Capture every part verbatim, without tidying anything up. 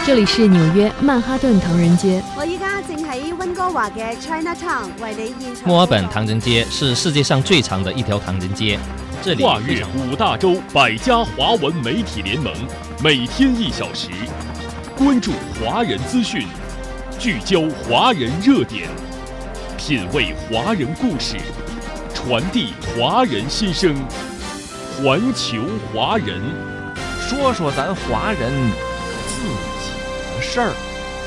这里是纽约曼哈顿唐人街。 我依家正喺温哥華嘅 Chinatown 為你現場。 墨爾本唐人街是世界上最長的一條唐人街，這裡跨越五大洲百家華文媒體聯盟，每天一小時，關注華人資訊，聚焦華人熱點，品味華人故事，傳遞華人心聲，環球華人， 說說咱華人自己的事兒。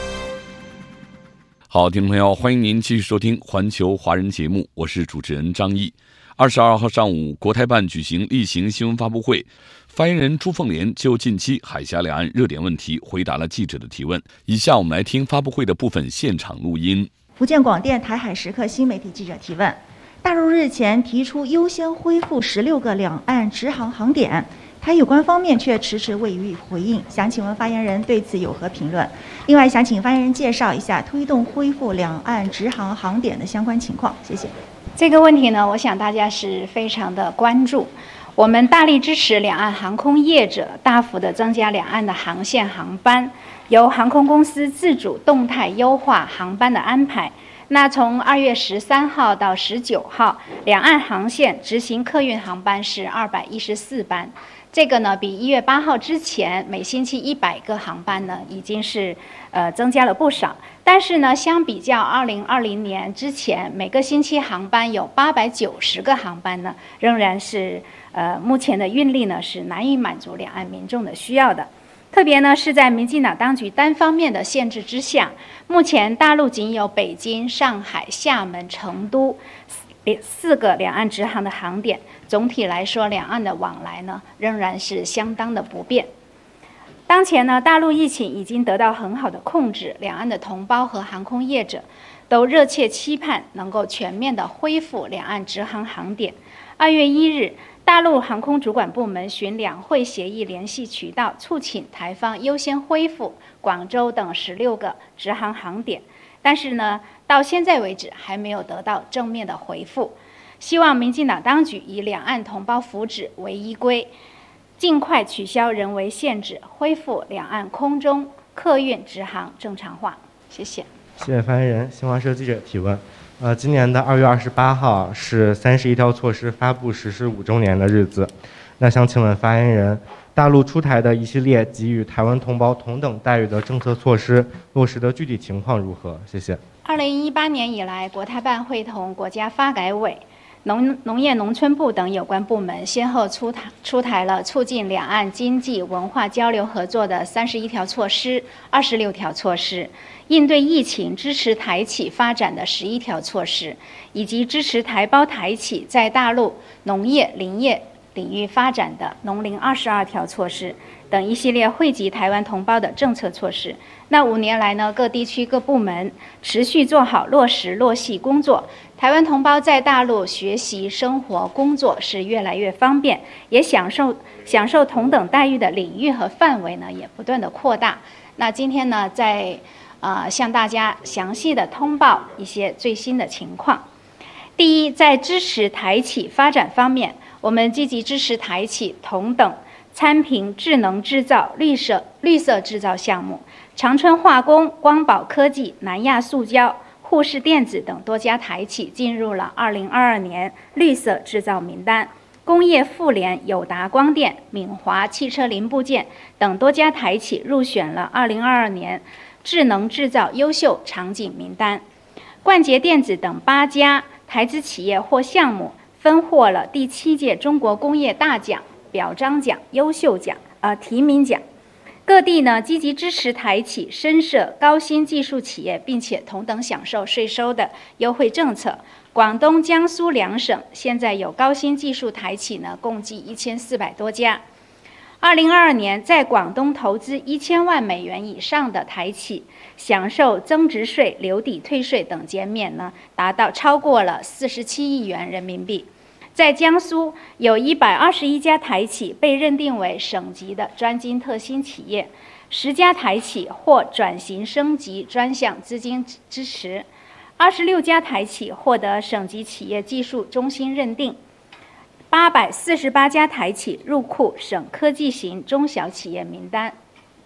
好，听众朋友，欢迎您继续收听环球华人节目，我是主持人张毅。二十二号上午，国台办举行例行新闻发布会，发言人朱凤莲就近期海峡两岸热点问题回答了记者的提问。以下我们来听发布会的部分现场录音。 福建广电台海时刻新媒体记者提问：大陆日前提出优先恢复十六个两岸直航航点，台有关方面却迟迟未予以回应，想请问发言人对此有何评论？另外，想请发言人介绍一下推动恢复两岸直航航点的相关情况，谢谢。 这个问题呢，我想大家是非常的关注。我们大力支持两岸航空业者大幅的增加两岸的航线航班，由航空公司自主动态优化航班的安排。那从二月十三号到十九号，两岸航线执行客运航班是二百一十四班。这个呢，比一月八号之前每星期一百个航班呢，已经是呃增加了不少。但是呢，相比较二零二零年之前每个星期航班有八百九十个航班呢，仍然是呃目前的运力呢是难以满足两岸民众的需要的。特别呢是在民进党当局单方面的限制之下，目前大陆仅有北京、上海、厦门、成都四个两岸直航的航点，总体来说，两岸的往来呢仍然是相当的不便。当前呢，大陆疫情已经得到很好的控制，两岸的同胞和航空业者都热切期盼能够全面的恢复两岸直航航点。二月一日，大陆航空主管部门循两会协议联系渠道，促请台方优先恢复广州等十六个直航航点。但是呢，到现在为止还没有得到正面的回复。希望民进党当局以两岸同胞福祉为依归，尽快取消人为限制，恢复两岸空中客运直航正常化。谢谢。 谢谢发言人。新华社记者提问：呃，今年的二月二十八号是三十一条措施发布实施五周年的日子，那想请问发言人，大陆出台的一系列给予台湾同胞同等待遇的政策措施落实的具体情况如何？谢谢。 二零一八年以来，国台办会同国家发改委、农农业农村部等有关部门，先后出台出台了促进两岸经济文化交流合作的三十一条措施、二十六条措施，应对疫情支持台企发展的十一条措施，以及支持台胞台企在大陆农业、林业领域发展的农林二十二条措施等一系列惠及台湾同胞的政策措施。那五年来呢，各地区各部门持续做好落实落细工作，台湾同胞在大陆学习、生活、工作是越来越方便，也享受享受同等待遇的领域和范围呢，也不断的扩大。那今天呢，在呃向大家详细的通报一些最新的情况。第一，在支持台企发展方面，我们积极支持台企同等参评智能制造、绿色绿色制造项目，长春化工、光宝科技、南亚塑胶、沪市电子等多家台企进入了二零二二年绿色制造名单。工业富联、友达光电、敏华汽车零部件等多家台企入选了二零二二年智能制造优秀场景名单。冠捷电子等八家台资企业或项目分获了第七届中国工业大奖、表彰奖、优秀奖、呃提名奖。各地呢积极支持台企深设高新技术企业，并且同等享受税收的优惠政策。广东、江苏两省现在有高新技术台企呢，共计一千四百多家。二零二二年，在广东投资一千万美元以上的台企，享受增值税、留抵退税等减免呢，达到超过了四十七亿元人民币。在江苏，有一百二十一家台企被认定为省级的专精特新企业，十家台企获转型升级专项资金支持，二十六家台企获得省级企业技术中心认定，八百四十八家台企入库省科技型中小企业名单。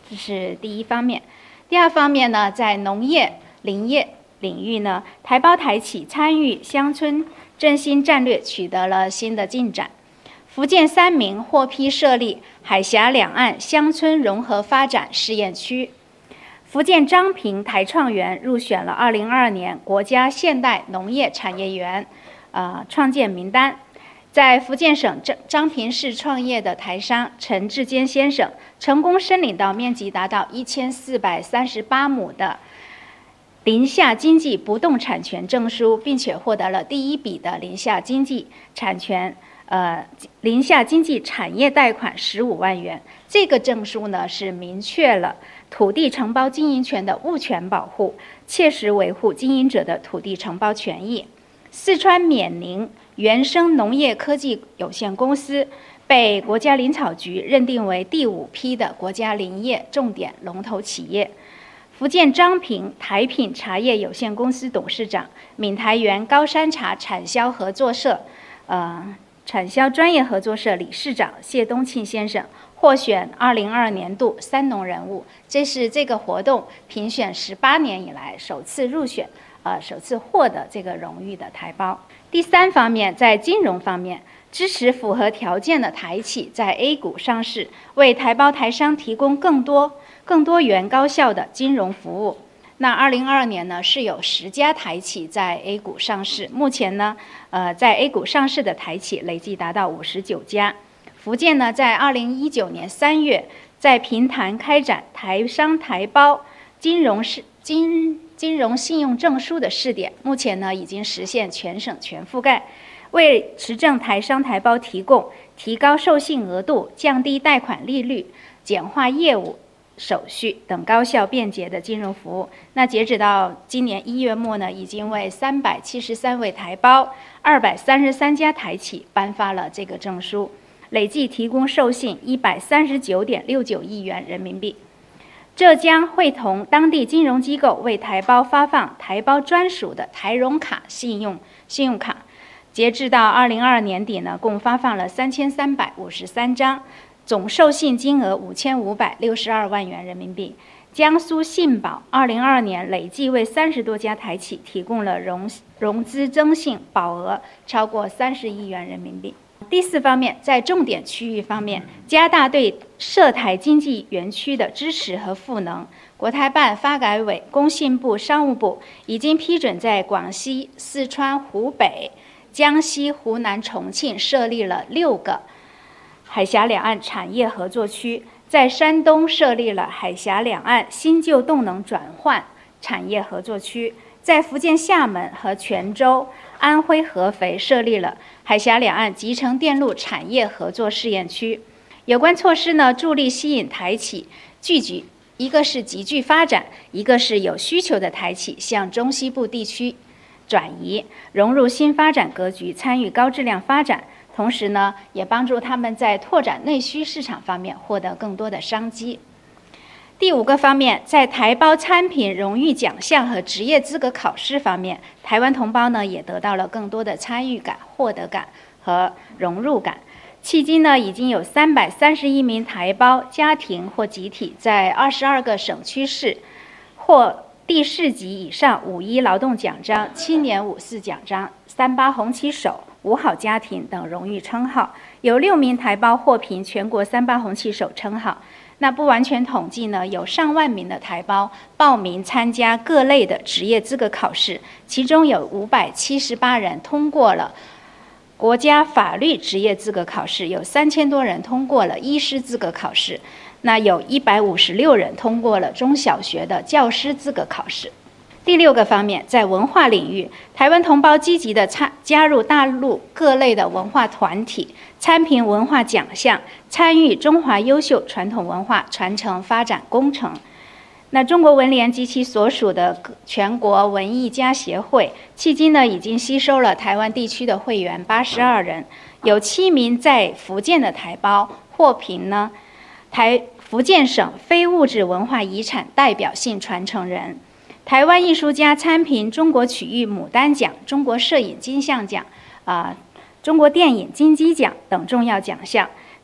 这是第一方面。第二方面呢，在农业、林业领域呢，台胞台企参与乡村振兴战略取得了新的进展。福建三明获批设立海峡两岸乡村融合发展试验区。福建漳平台创园入选了二零二二年国家现代农业产业园呃创建名单。在福建省漳漳平市创业的台商陈志坚先生，成功申领到面积达到一千四百三十八亩的林下经济不动产权证书，并且获得了第一笔的林下经济产权呃林下经济产业贷款十五万元。这个证书呢，是明确了土地承包经营权的物权保护，切实维护经营者的土地承包权益。四川缅宁原生农业科技有限公司被国家林草局认定为第五批的国家林业重点龙头企业。福建漳平台品茶叶有限公司董事长、闽台园高山茶产销合作社呃产销专业合作社理事长谢东庆先生获选二零二二年度三农人物，这是这个活动评选十八年以来首次入选。呃，首次获得这个荣誉的台胞。第三方面，在金融方面，支持符合条件的台企在 A 股上市，为台胞台商提供更多、更多元、高效的金融服务。那二零二二年呢，是有十家台企在 A 股上市，目前呢，呃，在 A 股上市的台企累计达到五十九家。福建呢，在二零一九年三月，在平潭开展台商台胞金融是金。金融信用证书的试点，目前呢已经实现全省全覆盖，为持证台商台胞提供提高授信额度、降低贷款利率、简化业务手续等高效便捷的金融服务。那截止到今年一月末呢，已经为三百七十三位台胞、二百三十三家台企颁发了这个证书，累计提供授信一百三十九点六九亿元人民币。浙江会同当地金融机构为台胞发放台胞专属的台融卡信用信用卡，截至到二零二二年底呢，共发放了三千三百五十三张，总授信金额五千五百六十二万元人民币。江苏信保二零二二年累计为三十多家台企提供了融融资增信保额超过三十亿元人民币。第四方面，在重点区域方面，加大对涉台经济园区的支持和赋能。国台办、发改委、工信部、商务部已经批准在广西、四川、湖北、江西、湖南、重庆设立了六个海峡两岸产业合作区，在山东设立了海峡两岸新旧动能转换产业合作区，在福建厦门和泉州、安徽合肥设立了海峡两岸集成电路产业合作试验区。有关措施呢，助力吸引台企聚集，一个是集聚发展，一个是有需求的台企向中西部地区转移，融入新发展格局，参与高质量发展。同时呢，也帮助他们在拓展内需市场方面获得更多的商机。第五个方面，在台胞参品荣誉奖项和职业资格考试方面，台湾同胞呢也得到了更多的参与感、获得感和融入感。迄今呢，已经有三百三十一名台胞家庭或集体在二十二个省区市获第四级以上五一劳动奖章、青年五四奖章、三八红旗手、五好家庭等荣誉称号，有六名台胞获评全国三八红旗手称号。那不完全统计呢，有上万名的台胞报名参加各类的职业资格考试，其中有五百七十八人通过了国家法律职业资格考试，有三千多人通过了医师资格考试，那有一百五十六人通过了中小学的教师资格考试。第六个方面，在文化领域，台湾同胞积极地参加入大陆各类的文化团体，参评文化奖项，参与中华优秀传统文化传承发展工程。那中国文联及其所属的全国文艺家协会，迄今呢已经吸收了台湾地区的会员八十二人，有七名在福建的台胞获评呢台福建省非物质文化遗产代表性传承人。台湾艺术家参评中国曲艺牡丹奖、中国摄影金像奖、啊、呃、中国电影金鸡奖等重要奖项。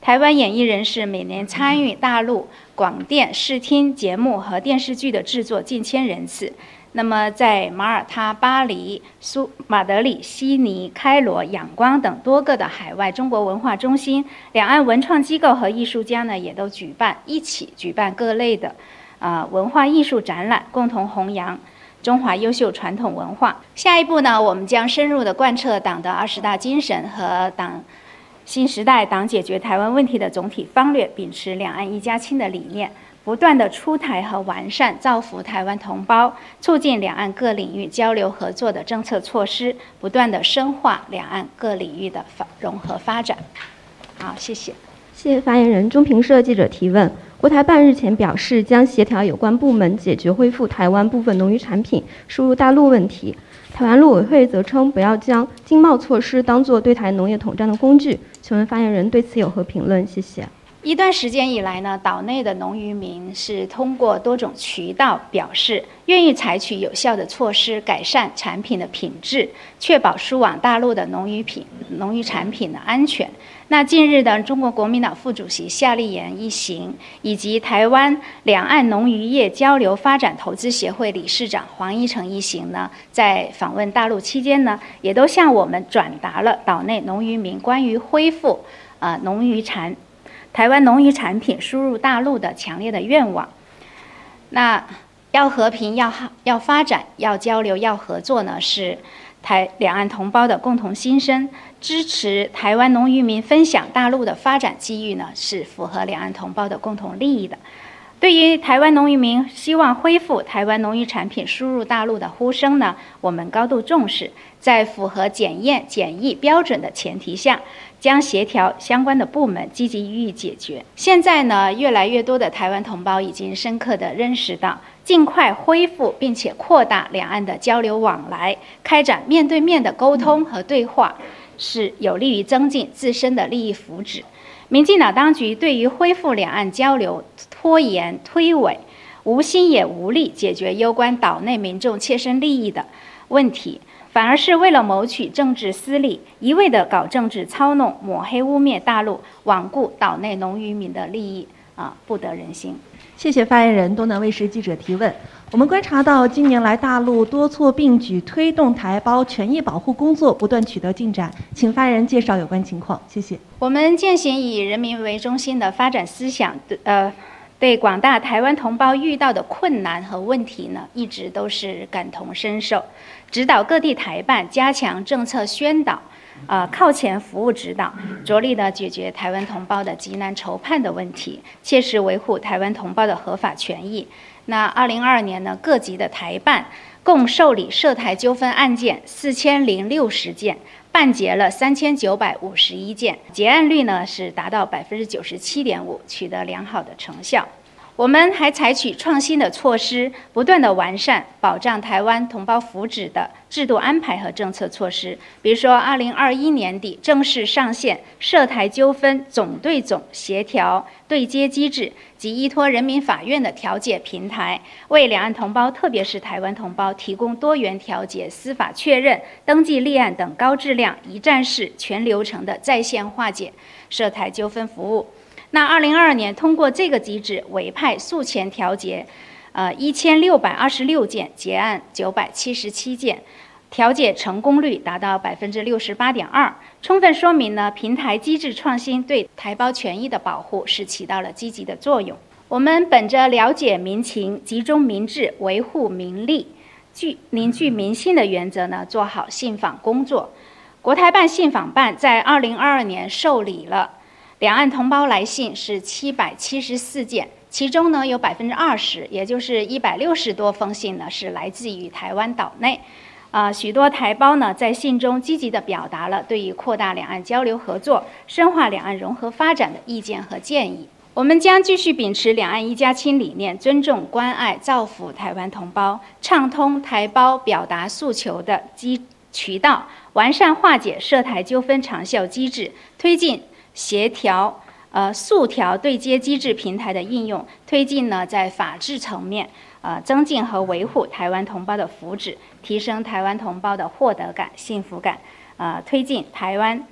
台湾演艺人士每年参与大陆广电视听节目和电视剧的制作近千人次。那么在马耳他、巴黎、苏马德里、悉尼、开罗、仰光等多个的海外中国文化中心，两岸文创机构和艺术家呢，也都举办一起举办各类的啊、呃、文化艺术展览，共同弘扬中华优秀传统文化。下一步呢，我们将深入的贯彻党的二十大精神和党新时代党解决台湾问题的总体方略，秉持两岸一家亲的理念，不断的出台和完善造福台湾同胞、促进两岸各领域交流合作的政策措施，不断的深化两岸各领域的发融合发展。好，谢谢。 谢谢发言人。中评社记者提问：国台办日前表示，将协调有关部门解决恢复台湾部分农渔产品输入大陆问题。台湾陆委会则称，不要将经贸措施当作对台农业统战的工具。请问发言人对此有何评论？谢谢。 一段时间以来呢，岛内的农渔民是通过多种渠道表示愿意采取有效的措施改善产品的品质，确保输往大陆的农渔品、农渔产品的安全。那近日的中国国民党副主席夏立言一行，以及台湾两岸农渔业交流发展投资协会理事长黄一成一行呢，在访问大陆期间呢，也都向我们转达了岛内农渔民关于恢复呃农渔产台湾农渔产品输入大陆的强烈的愿望。那要和平、要要发展、要交流、要合作呢，是台两岸同胞的共同心声。支持台湾农渔民分享大陆的发展机遇呢，是符合两岸同胞的共同利益的。对于台湾农渔民希望恢复台湾农渔产品输入大陆的呼声呢，我们高度重视，在符合检验检疫标准的前提下，将协调相关的部门积极予以解决。现在呢，越来越多的台湾同胞已经深刻地认识到，尽快恢复并且扩大两岸的交流往来，开展面对面的沟通和对话，是有利于增进自身的利益福祉。民进党当局对于恢复两岸交流拖延推诿，无心也无力解决攸关岛内民众切身利益的问题，反而是为了谋取政治私利，一味地搞政治操弄，抹黑污蔑大陆，罔顾岛内农渔民的利益，啊，不得人心。 谢谢发言人。东南卫视记者提问：我们观察到，近年来大陆多措并举推动台胞权益保护工作不断取得进展，请发言人介绍有关情况。谢谢。 我们践行以人民为中心的发展思想，呃，对广大台湾同胞遇到的困难和问题呢，一直都是感同身受，指导各地台办加强政策宣导。呃，靠前服务指导，着力的解决台湾同胞的急难愁盼的问题，切实维护台湾同胞的合法权益。那二零二二年呢，各级的台办共受理涉台纠纷案件四千零六十件，办结了三千九百五十一件，结案率呢是达到百分之九十七点五，取得良好的成效。我们还采取创新的措施，不断的完善保障台湾同胞福祉的制度安排和政策措施。比如说，二零二一年底正式上线涉台纠纷总对总协调对接机制及依托人民法院的调解平台，为两岸同胞，特别是台湾同胞提供多元调解、司法确认、登记立案等高质量、一站式、全流程的在线化解涉台纠纷服务。那二零二二年通过这个机制委派诉前调解，呃一千六百二十六件，结案九百七十七件，调解成功率达到百分之六十八点二，充分说明呢平台机制创新对台胞权益的保护是起到了积极的作用。我们本着了解民情、集中民智、维护民利、聚凝聚民心的原则呢，做好信访工作。国台办信访办在二零二二年受理了两岸同胞来信是七百七十四件，其中呢有百分之二十，也就是一百六十多封信呢是来自于台湾岛内。啊、呃，许多台胞呢在信中积极地表达了对于扩大两岸交流合作、深化两岸融合发展的意见和建议。我们将继续秉持两岸一家亲理念，尊重、关爱、造福台湾同胞，畅通台胞表达诉求的机渠道，完善化解涉台纠纷长效机制，推进协调、呃速调对接机制平台的应用，推进呢在法治层面，呃增进和维护台湾同胞的福祉，提升台湾同胞的获得感、幸福感，呃推进台湾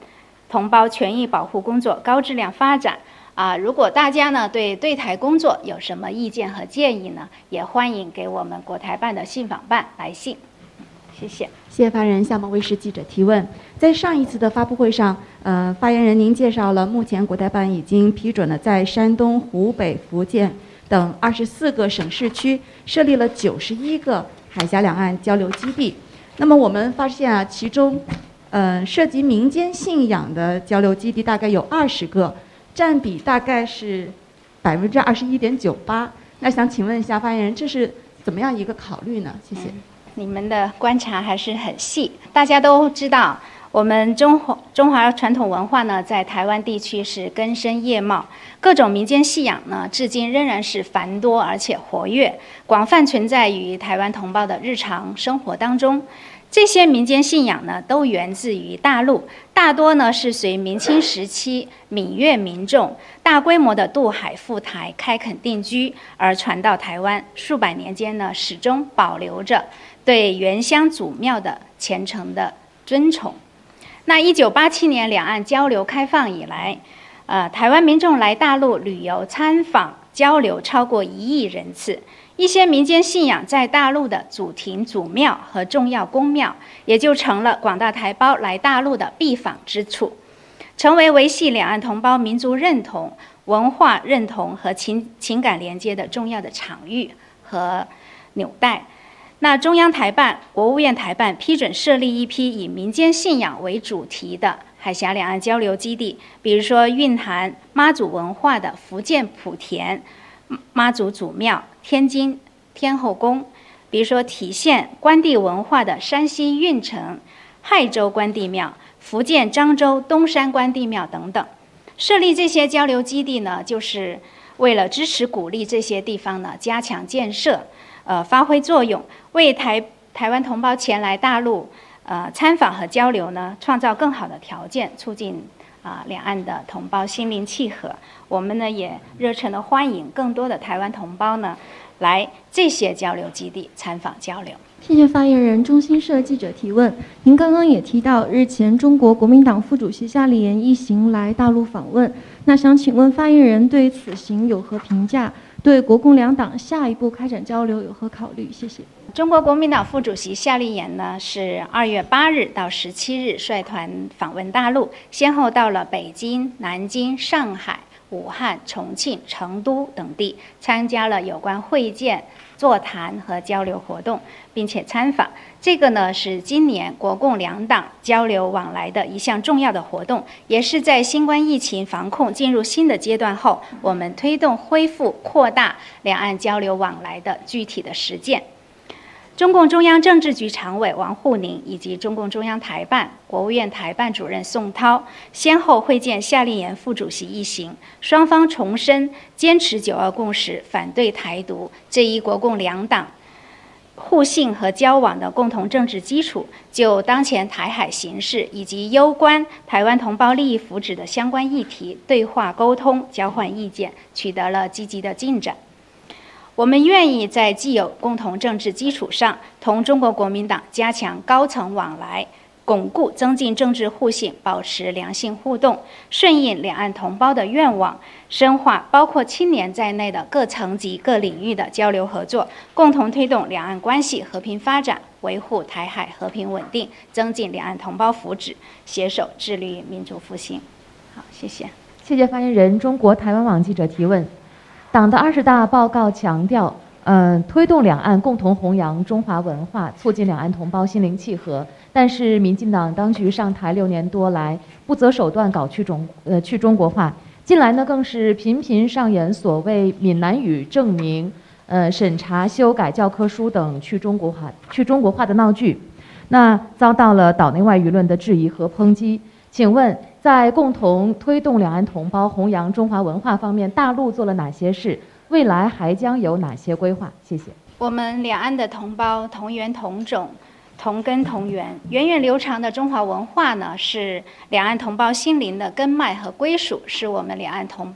同胞权益保护工作高质量发展。啊，如果大家呢对对台工作有什么意见和建议呢，也欢迎给我们国台办的信访办来信。谢谢。 谢谢发言人。厦门卫视记者提问：在上一次的发布会上，呃，发言人您介绍了目前国台办已经批准了在山东、湖北、福建等二十四个省市区设立了九十一个海峡两岸交流基地。那么我们发现啊，其中，呃，涉及民间信仰的交流基地大概有二十个。占比大概是百分之二十一点九八。那想请问一下发言人，这是怎么样一个考虑呢？谢谢。 嗯、你们的观察还是很细。大家都知道，我们中华中华传统文化呢，在台湾地区是根深叶茂，各种民间信仰呢，至今仍然是繁多而且活跃，广泛存在于台湾同胞的日常生活当中。这些民间信仰呢，都源自于大陆，大多呢是随明清时期闽粤民众大规模的渡海赴台开垦定居而传到台湾，数百年间呢，始终保留着对原乡祖庙的虔诚的尊崇。那一九八七年两岸交流开放以来，呃，台湾民众来大陆旅游参访交流超过一亿人次。一些民间信仰在大陆的祖庭、祖庙和重要公庙，也就成了广大台胞来大陆的必访之处，成为维系两岸同胞民族认同、文化认同和情情感连接的重要的场域和纽带。那中央台办、国务院台办批准设立一批以民间信仰为主题的海峡两岸交流基地，比如说蕴含妈祖文化的福建莆田妈祖祖庙、天津天后宫，比如说体现关帝文化的山西运城亥州关帝庙、福建漳州东山关帝庙等等。设立这些交流基地呢，就是为了支持鼓励这些地方呢加强建设，呃，发挥作用，为台台湾同胞前来大陆呃参访和交流呢创造更好的条件，促进啊，两岸的同胞心灵契合。我们呢也热忱的欢迎更多的台湾同胞呢来这些交流基地参访交流。 谢谢发言人。中新社记者提问：您刚刚也提到，日前中国国民党副主席夏立言一行来大陆访问，那想请问发言人对此行有何评价？对国共两党下一步开展交流有何考虑？谢谢。 中国国民党副主席夏立言呢，是二月八日到十七日率团访问大陆，先后到了北京、南京、上海、武汉、重庆、成都等地，参加了有关会见、座谈和交流活动，并且参访。这个呢是今年国共两党交流往来的一项重要的活动，也是在新冠疫情防控进入新的阶段后，我们推动恢复扩大两岸交流往来的具体的实践。中共中央政治局常委王沪宁以及中共中央台办、国务院台办主任宋涛先后会见夏立言副主席一行，双方重申坚持九二共识、反对台独这一国共两党互信和交往的共同政治基础，就当前台海形势以及攸关台湾同胞利益福祉的相关议题对话沟通、交换意见，取得了积极的进展。我们愿意在既有共同政治基础上，同中国国民党加强高层往来，巩固增进政治互信，保持良性互动，顺应两岸同胞的愿望，深化包括青年在内的各层级各领域的交流合作，共同推动两岸关系和平发展，维护台海和平稳定，增进两岸同胞福祉，携手致力于民族复兴。好，谢谢。 谢谢发言人。中国台湾网记者提问：党的二十大报告强调，嗯、呃，推动两岸共同弘扬中华文化，促进两岸同胞心灵契合。但是，民进党当局上台六年多来，不择手段搞去中呃去中国化，近来呢更是频频上演所谓闽南语证明、呃审查修改教科书等去中国化去中国化的闹剧，那遭到了岛内外舆论的质疑和抨击。请问，在共同推动两岸同胞弘扬中华文化方面，大陆做了哪些事？未来还将有哪些规划？谢谢。 我们两岸的同胞同源同种、同根同源，源远流长的中华文化呢，是两岸同胞心灵的根脉和归属，是我们两岸同胞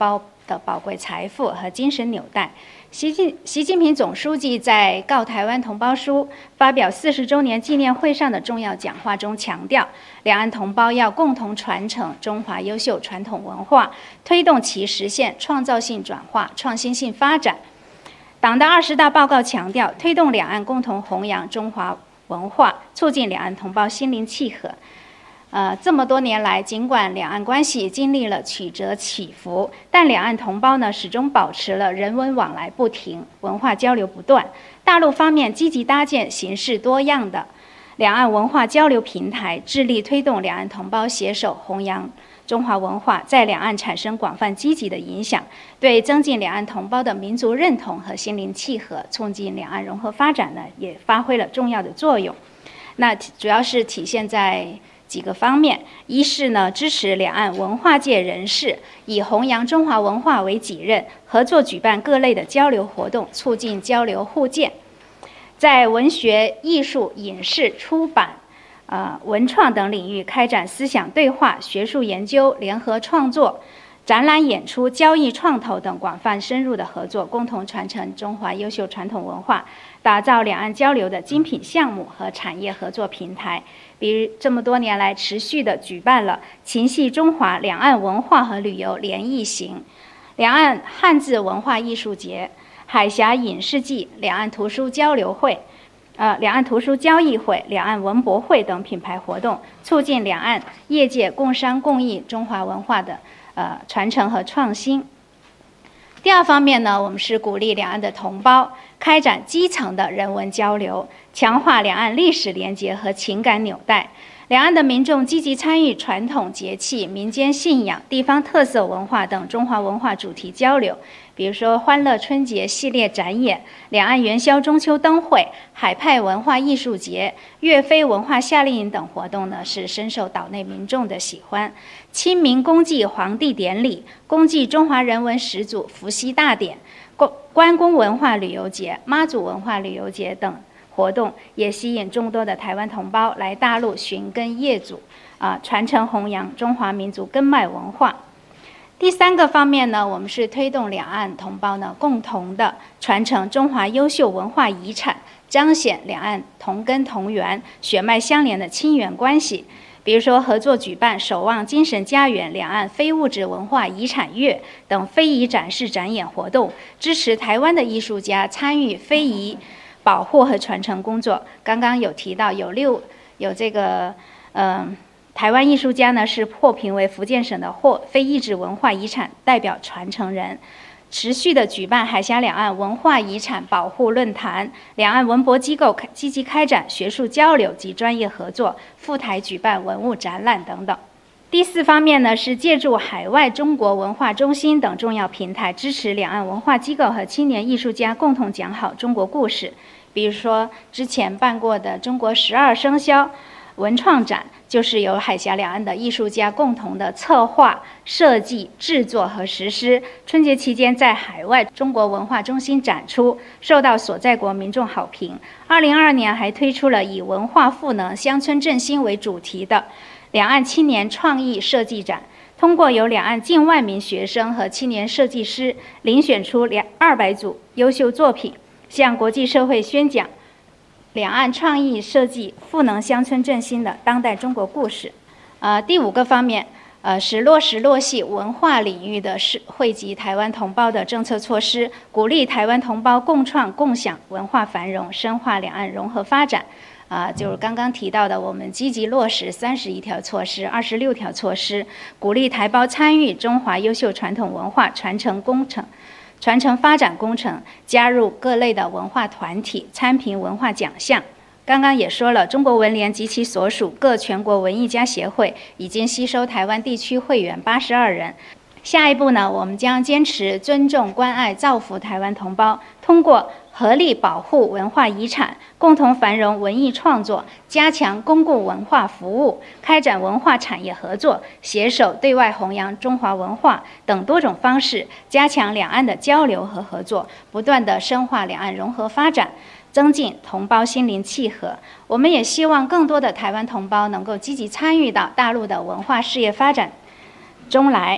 的宝贵财富和精神纽带。习近习近平总书记在《告台湾同胞书》发表四十周年纪念会上的重要讲话中强调，两岸同胞要共同传承中华优秀传统文化，推动其实现创造性转化、创新性发展。党的二十大报告强调，推动两岸共同弘扬中华文化，促进两岸同胞心灵契合。呃，这么多年来，尽管两岸关系经历了曲折起伏，但两岸同胞呢始终保持了人文往来不停，文化交流不断。大陆方面积极搭建形式多样的两岸文化交流平台，致力推动两岸同胞携手弘扬中华文化，在两岸产生广泛积极的影响，对增进两岸同胞的民族认同和心灵契合，促进两岸融合发展呢，也发挥了重要的作用。那主要是体现在几个方面，一是呢，支持两岸文化界人士以弘扬中华文化为己任，合作举办各类的交流活动，促进交流互鉴。在文学、艺术、影视、出版、呃文创等领域开展思想对话、学术研究、联合创作、展览演出、交易创投等广泛深入的合作，共同传承中华优秀传统文化，打造两岸交流的精品项目和产业合作平台。比如这么多年来持续地举办了情系中华两岸文化和旅游联谊行、两岸汉字文化艺术节、海峡影视季、两岸图书交流会、呃两岸图书交易会、两岸文博会等品牌活动，促进两岸业界共商共益中华文化的呃传承和创新。第二方面呢，我们是鼓励两岸的同胞开展基层的人文交流，强化两岸历史连结和情感纽带。两岸的民众积极参与传统节气、民间信仰、地方特色文化等中华文化主题交流，比如说欢乐春节系列展演、两岸元宵中秋灯会、海派文化艺术节、岳飞文化夏令营等活动呢，是深受岛内民众的喜欢。清明公祭皇帝典礼、公祭中华人文始祖伏羲大典、关公文化旅游节、妈祖文化旅游节等活动，也吸引众多的台湾同胞来大陆寻根业祖，啊，传承弘扬中华民族根脉文化。第三个方面呢，我们是推动两岸同胞呢共同的传承中华优秀文化遗产，彰显两岸同根同源、血脉相连的亲缘关系。比如说，合作举办守望精神家园两岸非物质文化遗产月等非遗展示展演活动，支持台湾的艺术家参与非遗保护和传承工作。刚刚有提到有六有这个嗯、呃，台湾艺术家呢是获评为福建省的或非遗质文化遗产代表传承人。持续的举办海峡两岸文化遗产保护论坛，两岸文博机构积极开展学术交流及专业合作，赴台举办文物展览等等。第四方面呢，是借助海外中国文化中心等重要平台，支持两岸文化机构和青年艺术家共同讲好中国故事。比如说之前办过的中国十二生肖文创展，就是由海峡两岸的艺术家共同的策划、设计、制作和实施。春节期间在海外中国文化中心展出，受到所在国民众好评。二零二二年还推出了以文化赋能、乡村振兴为主题的两岸青年创意设计展，通过由两岸近万名学生和青年设计师遴选出两二百组优秀作品，向国际社会宣讲两岸创意设计赋能乡村振兴的当代中国故事。呃，第五个方面，呃，是落实落细文化领域的是惠及台湾同胞的政策措施，鼓励台湾同胞共创共享文化繁荣，深化两岸融合发展。啊、呃，就是刚刚提到的，我们积极落实三十一条措施、二十六条措施，鼓励台胞参与中华优秀传统文化传承工程。传承发展工程，加入各类的文化团体，参评文化奖项。刚刚也说了，中国文联及其所属各全国文艺家协会已经吸收台湾地区会员八十二人。下一步呢，我们将坚持尊重、关爱、造福台湾同胞，通过合力保护文化遗产，共同繁荣文艺创作，加强公共文化服务，开展文化产业合作，携手对外弘扬中华文化等多种方式，加强两岸的交流和合作，不断地深化两岸融合发展，增进同胞心灵契合。我们也希望更多的台湾同胞能够积极参与到大陆的文化事业发展中来。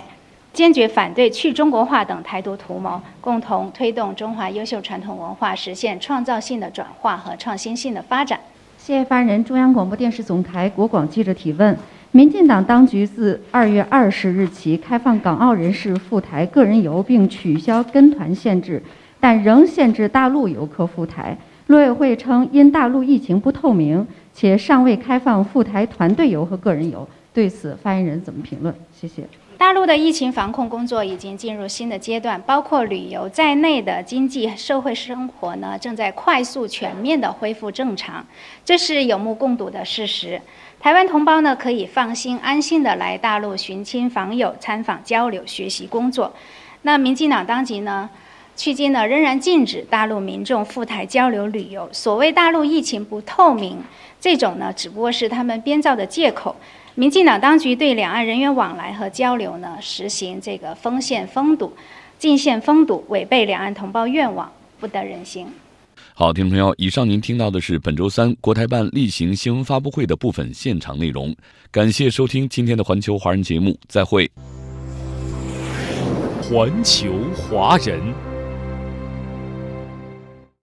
坚决反对去中国化等台独图谋，共同推动中华优秀传统文化实现创造性的转化和创新性的发展。 谢谢发言人。中央广播电视总台国广记者提问：民进党当局自二月二十日起开放港澳人士赴台个人游，并取消跟团限制，但仍限制大陆游客赴台。陆委会称，因大陆疫情不透明，且尚未开放赴台团队游和个人游。对此，发言人怎么评论？谢谢。 大陆的疫情防控工作已经进入新的阶段，包括旅游在内的经济社会生活呢，正在快速全面的恢复正常，这是有目共睹的事实。台湾同胞呢，可以放心安心的来大陆寻亲访友、参访交流、学习工作。那民进党当局呢，迄今呢仍然禁止大陆民众赴台交流旅游。所谓大陆疫情不透明，这种呢只不过是他们编造的借口。民进党当局对两岸人员往来和交流呢，实行这个封线封堵、禁线封堵，违背两岸同胞愿望，不得人心。 好，听众朋友，以上您听到的是本周三国台办例行新闻发布会的部分现场内容。感谢收听今天的环球华人节目，再会。 环球华人。